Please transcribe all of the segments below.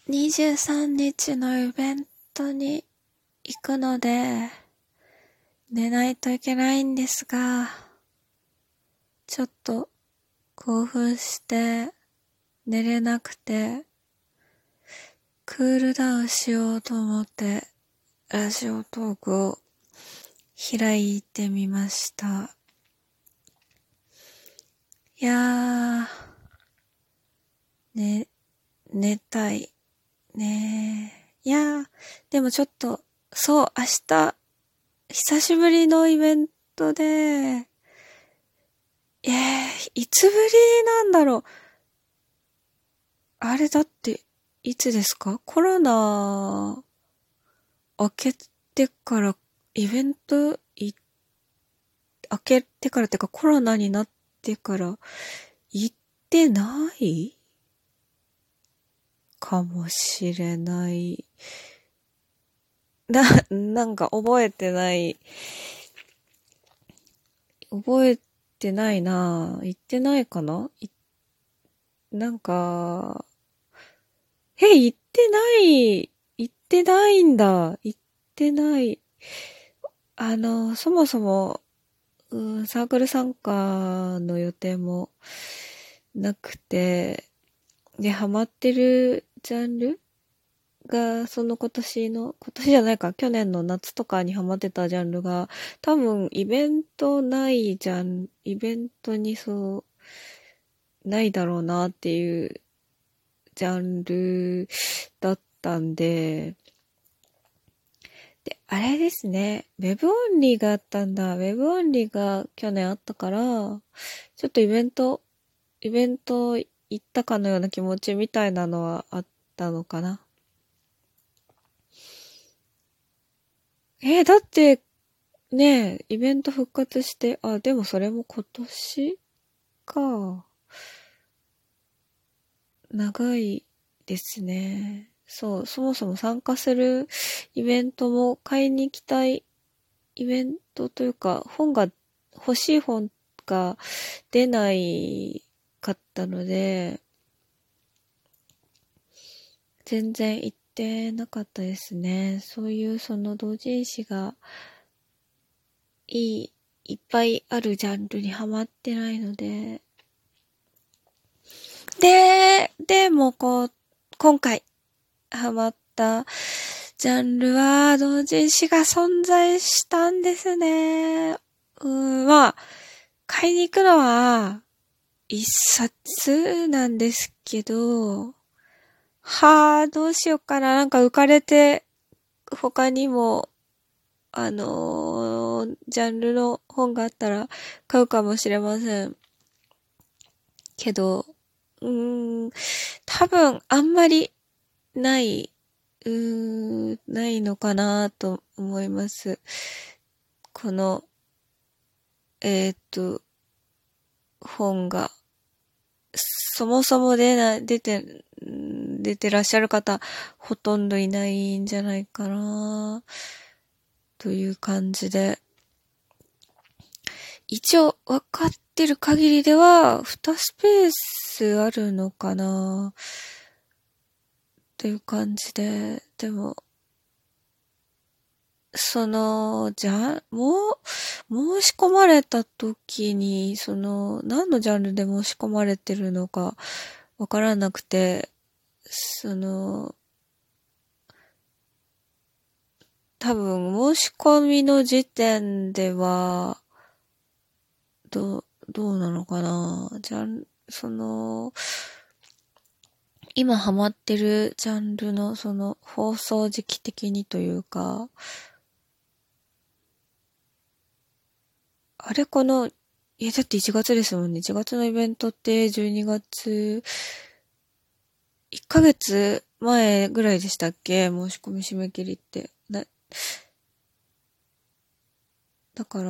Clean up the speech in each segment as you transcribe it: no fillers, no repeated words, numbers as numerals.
23日のイベントに行くので、寝ないといけないんですが、ちょっと興奮して寝れなくて、クールダウンしようと思ってラジオトークを開いてみました。いやー、寝たい。ねえ。いやー、でもちょっと、そう、明日、久しぶりのイベントで、いつぶりなんだろう。あれだって、いつですか？コロナ明けてからイベント明けてからってかコロナになってから行ってないかもしれない。なんか覚えてないなぁ。行ってないかな？なんか、行ってないんだ。行ってない。そもそも、サークル参加の予定もなくて、で、ハマってるジャンルが、今年じゃないか、去年の夏とかにハマってたジャンルが、多分イベントにないだろうなっていうジャンルだったんで、で、あれですね。ウェブオンリーがあったんだ。ウェブオンリーが去年あったから、ちょっとイベント行ったかのような気持ちみたいなのはあったのかな。だって、ねえ、イベント復活して、でもそれも今年か。長いですね。そう、そもそも参加するイベントも買いに行きたいイベントというか、欲しい本が出ないかったので、全然行ってなかったですね。そういうその同人誌がいっぱいあるジャンルにハマってないので、でも今回ハマったジャンルは同人誌が存在したんですね。まあ、買いに行くのは一冊なんですけど、どうしようかな。なんか浮かれて、他にも、ジャンルの本があったら買うかもしれません。けど、多分あんまりない、ないのかなと思います。この、えーっと、本が、そもそも出てらっしゃる方、ほとんどいないんじゃないかな、という感じで。一応、わかってる限りでは、2スペースあるのかな、という感じで。でも、申し込まれた時に、何のジャンルで申し込まれてるのかわからなくて、多分申し込みの時点では、どうなのかな、今ハマってるジャンルの放送時期的にというか、あれだって1月ですもんね。1月のイベントって12月、1ヶ月前ぐらいでしたっけ？申し込み締め切りって。だから、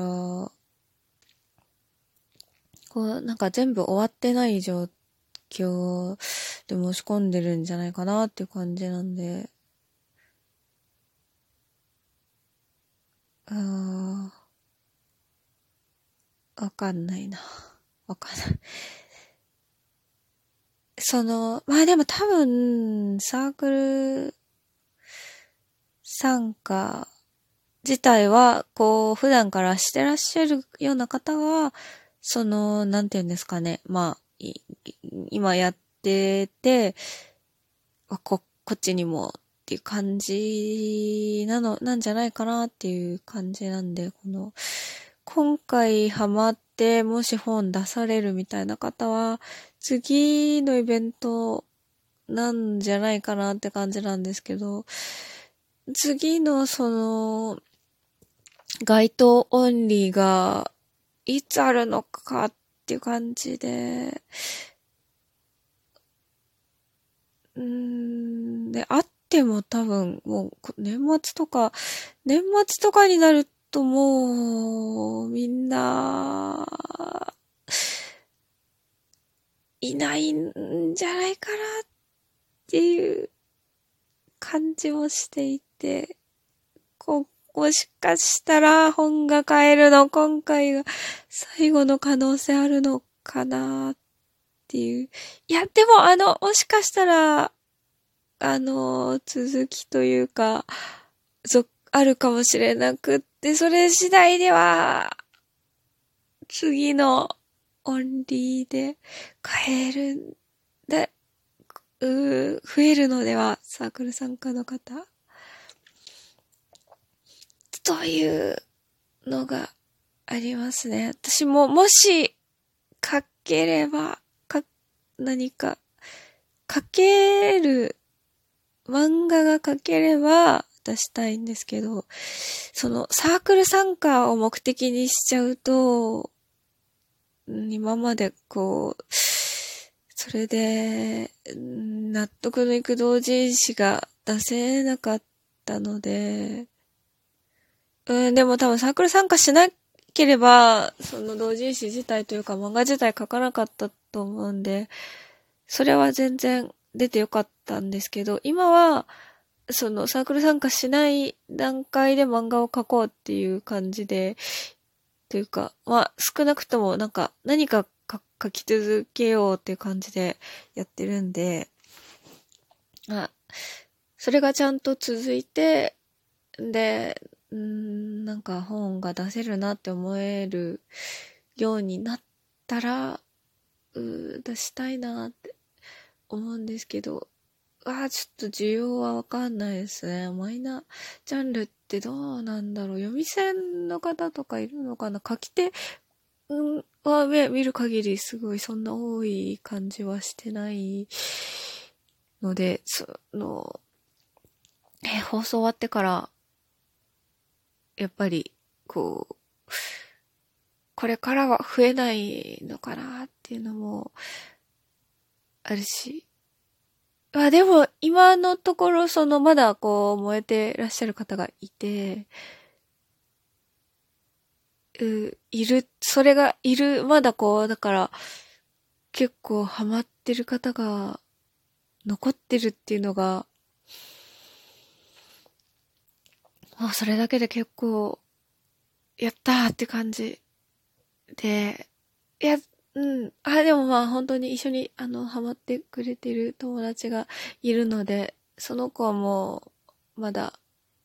なんか全部終わってない状況で申し込んでるんじゃないかなっていう感じなんで、わかんないな。わかんない。 まあでも多分、サークル参加自体は、こう、普段からしてらっしゃるような方は、なんて言うんですかね。まあ、今やってて、こっちにもっていう感じなんじゃないかなっていう感じなんで、今回ハマってもし本出されるみたいな方は、次のイベントなんじゃないかなって感じなんですけど、次の該当オンリーがいつあるのかっていう感じで、で、あっても多分もう年末とかになるともうみんないないんじゃないかなっていう感じもしていて、もしかしたら本が買えるの今回が最後の可能性あるのかなっていう。いや、でももしかしたら、続きというか、あるかもしれなくって、それ次第では、次のオンリーで買えるんで、増えるのでは、サークル参加の方。というのがありますね。私も、もし、書ければ、何か、漫画が書ければ出したいんですけど、サークル参加を目的にしちゃうと、今までそれで、納得のいく同人誌が出せなかったので、でも多分サークル参加しなければ、同人誌自体というか漫画自体書かなかったと思うんで、それは全然出てよかったんですけど、今は、サークル参加しない段階で漫画を描こうっていう感じで、というか、まあ、少なくとも何か書き続けようっていう感じでやってるんで、まあ、それがちゃんと続いて、で、本が出せるなって思えるようになったら、出したいなって思うんですけど、ちょっと需要はわかんないですね。マイナージャンルってどうなんだろう。読み線の方とかいるのかな。書き手は見る限りすごいそんな多い感じはしてないので、放送終わってから、やっぱり、これからは増えないのかなっていうのもあるし、でも、今のところ、まだ燃えてらっしゃる方がいて、それがいる、まだだから、結構ハマってる方が残ってるっていうのが、もうそれだけで結構、やったーって感じで、いや、でもまあ本当に一緒にハマってくれてる友達がいるので、その子はもう、まだ、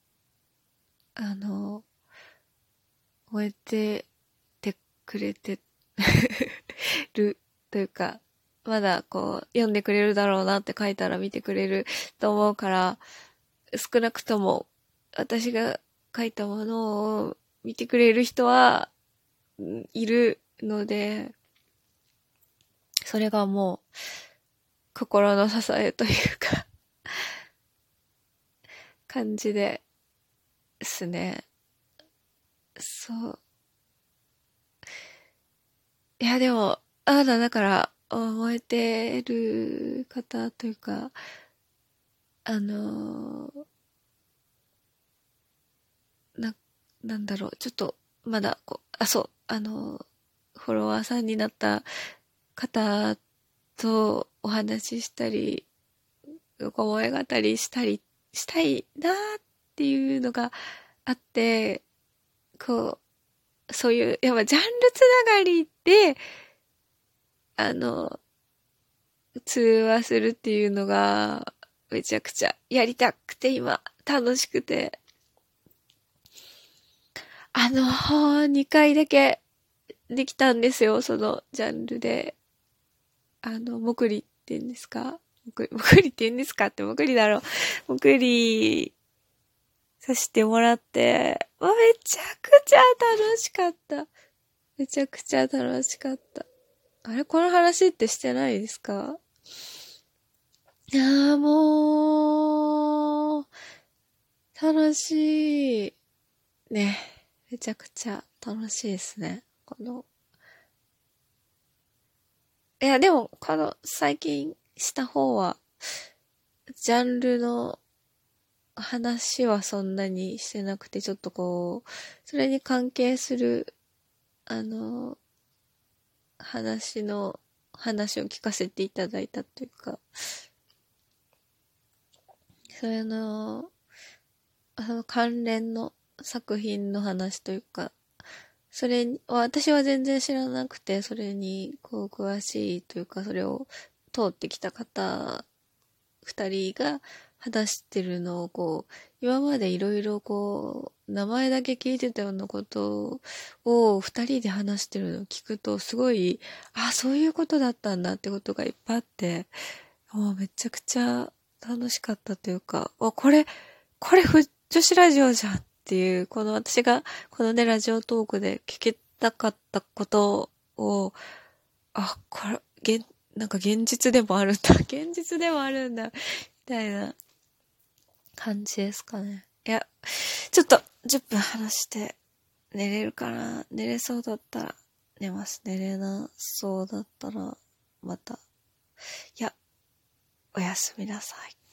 終えてくれてるというか、まだ読んでくれるだろうなって書いたら見てくれると思うから、少なくとも私が書いたものを見てくれる人はいるので、それがもう心の支えというか感じですね。そう。いや、でも、だから、燃えてる方というか、あのーな、なんだろう、ちょっと、まだ、そう、フォロワーさんになった方とお話ししたり、思い語りしたいなっていうのがあって、そういう、やっぱジャンルつながりで、あの、 通話するっていうのが、めちゃくちゃやりたくて今、楽しくて。2回だけできたんですよ、そのジャンルで。潜りって言うんですか？潜りって言うんですかって、潜りだろう。潜りさせてもらって、めちゃくちゃ楽しかった。めちゃくちゃ楽しかった。あれこの話ってしてないですか？いやーもう、楽しい。ね。めちゃくちゃ楽しいですね。いや、でも、最近した方は、ジャンルの話はそんなにしてなくて、ちょっとそれに関係する、あの、話を聞かせていただいたというか、それの、関連の作品の話というか、それに、私は全然知らなくて、それに、詳しいというか、それを通ってきた方、二人が話してるのを、今までいろいろ名前だけ聞いてたようなことを二人で話してるのを聞くと、すごい、そういうことだったんだってことがいっぱいあって、もうめちゃくちゃ楽しかったというか、これ女子ラジオじゃんっていう、私がこのね、ラジオトークで聞きたかったことを、これ、なんか現実でもあるんだ。現実でもあるんだ。みたいな感じですかね。いや、ちょっと10分話して寝れるかな。寝れそうだったら寝ます。寝れなそうだったらまた。いや、おやすみなさい。